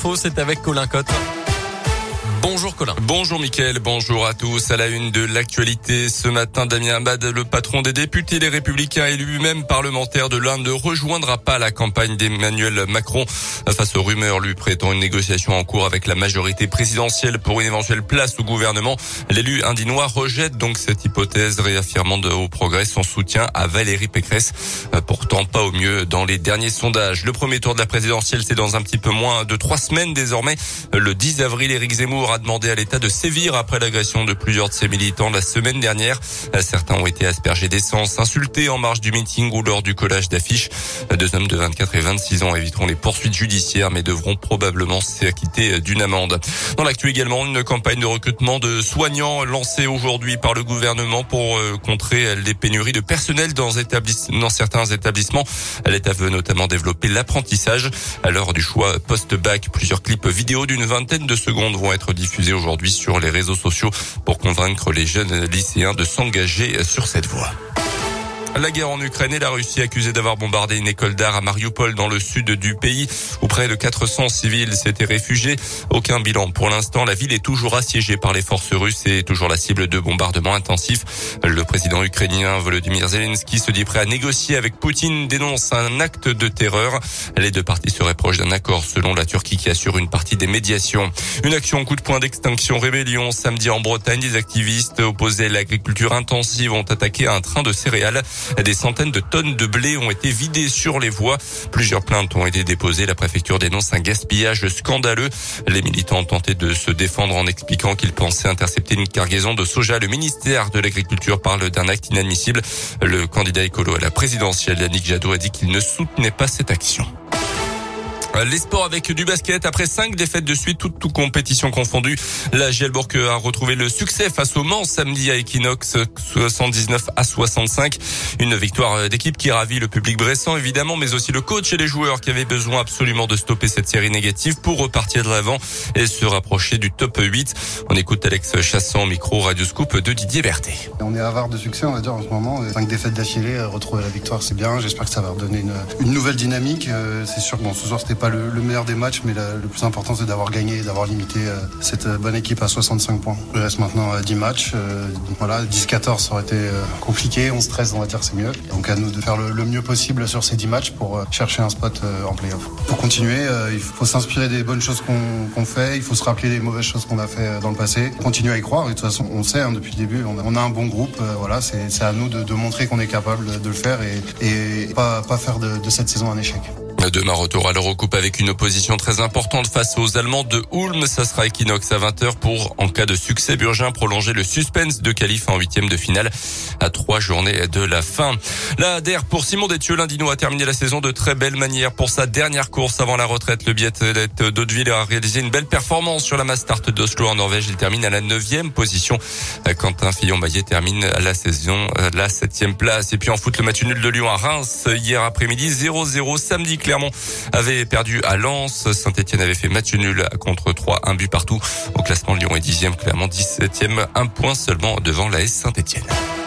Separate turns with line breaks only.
l'info, c'est avec Colin Cotte. Bonjour Colin.
Bonjour Mickaël, bonjour à tous. À la une de l'actualité ce matin, Damien Abad, le patron des députés Les Républicains et lui-même parlementaire de l'Inde, ne rejoindra pas la campagne d'Emmanuel Macron face aux rumeurs lui prêtant une négociation en cours avec la majorité présidentielle pour une éventuelle place au gouvernement. L'élu indinois rejette donc cette hypothèse, réaffirmant au Progrès son soutien à Valérie Pécresse, pourtant pas au mieux dans les derniers sondages. Le premier tour de la présidentielle, c'est dans un petit peu moins de 3 semaines désormais. Le 10 avril, Éric Zemmour a demandé à l'État de sévir après l'agression de plusieurs de ses militants la semaine dernière. Certains ont été aspergés d'essence, insultés en marge du meeting ou lors du collage d'affiches. 2 hommes de 24 et 26 ans éviteront les poursuites judiciaires mais devront probablement s'acquitter d'une amende. Dans l'actu également, une campagne de recrutement de soignants lancée aujourd'hui par le gouvernement pour contrer les pénuries de personnel dans certains établissements. L'État veut notamment développer l'apprentissage. À l'heure du choix post-bac, plusieurs clips vidéo d'une vingtaine de secondes vont être diffusés aujourd'hui sur les réseaux sociaux pour convaincre les jeunes lycéens de s'engager sur cette voie. La guerre en Ukraine et la Russie accusée d'avoir bombardé une école d'art à Mariupol dans le sud du pays où près de 400 civils s'étaient réfugiés. Aucun bilan pour l'instant. La ville est toujours assiégée par les forces russes et toujours la cible de bombardements intensifs. Le président ukrainien Volodymyr Zelensky se dit prêt à négocier avec Poutine, dénonce un acte de terreur. Les deux parties seraient proches d'un accord selon la Turquie qui assure une partie des médiations. Une action coup de poing d'Extinction Rébellion samedi en Bretagne. Des activistes opposés à l'agriculture intensive ont attaqué un train de céréales. Des centaines de tonnes de blé ont été vidées sur les voies. Plusieurs plaintes ont été déposées. La préfecture dénonce un gaspillage scandaleux. Les militants ont tenté de se défendre en expliquant qu'ils pensaient intercepter une cargaison de soja. Le ministère de l'Agriculture parle d'un acte inadmissible. Le candidat écolo à la présidentielle, Yannick Jadot, a dit qu'il ne soutenait pas cette action. Les sports avec du basket. Après 5 défaites de suite, toutes compétitions confondues, la Gielbourg a retrouvé le succès face au Mans samedi à Equinox, 79-65. Une victoire d'équipe qui ravit le public bressan évidemment, mais aussi le coach et les joueurs qui avaient besoin absolument de stopper cette série négative pour repartir de l'avant et se rapprocher du top 8. On écoute Alex Chassan, micro Radio Scoop de Didier Berthet.
On est avare de succès, on va dire, en ce moment. 5 défaites d'affilée, retrouver la victoire, c'est bien. J'espère que ça va redonner une nouvelle dynamique. C'est sûr que ce soir, c'était pas le meilleur des matchs, mais le plus important c'est d'avoir gagné et d'avoir limité cette bonne équipe à 65 points. Il reste maintenant 10 matchs, 10-14 ça aurait été compliqué, 11-13 on va dire c'est mieux. Donc à nous de faire le mieux possible sur ces 10 matchs pour chercher un spot en play-off. Pour continuer, il faut s'inspirer des bonnes choses qu'on fait, il faut se rappeler des mauvaises choses qu'on a fait dans le passé, continuer à y croire. Et de toute façon on sait depuis le début, on a un bon groupe, c'est à nous de montrer qu'on est capable de le faire et pas faire de cette saison un échec.
Demain, retour à l'Eurocoupe avec une opposition très importante face aux Allemands de Ulm. Ça sera Equinox à 20h pour, en cas de succès Burgin, prolonger le suspense de qualif en 8e de finale à 3 journées de la fin. La DER pour Simon Détieux, l'Indinois a terminé la saison de très belle manière pour sa dernière course avant la retraite. Le biathlète d'Hauteville a réalisé une belle performance sur la Mass Start d'Oslo en Norvège. Il termine à la 9e position. Quentin Fillon-Maillet termine à la saison la 7e place. Et puis en foot, le match nul de Lyon à Reims hier après-midi 0-0. Samedi, Clermont avait perdu à Lens. Saint-Etienne avait fait match nul contre 3, 1 but partout. Au classement, Lyon est 10e, Clermont 17e, 1 point seulement devant l'AS Saint-Etienne.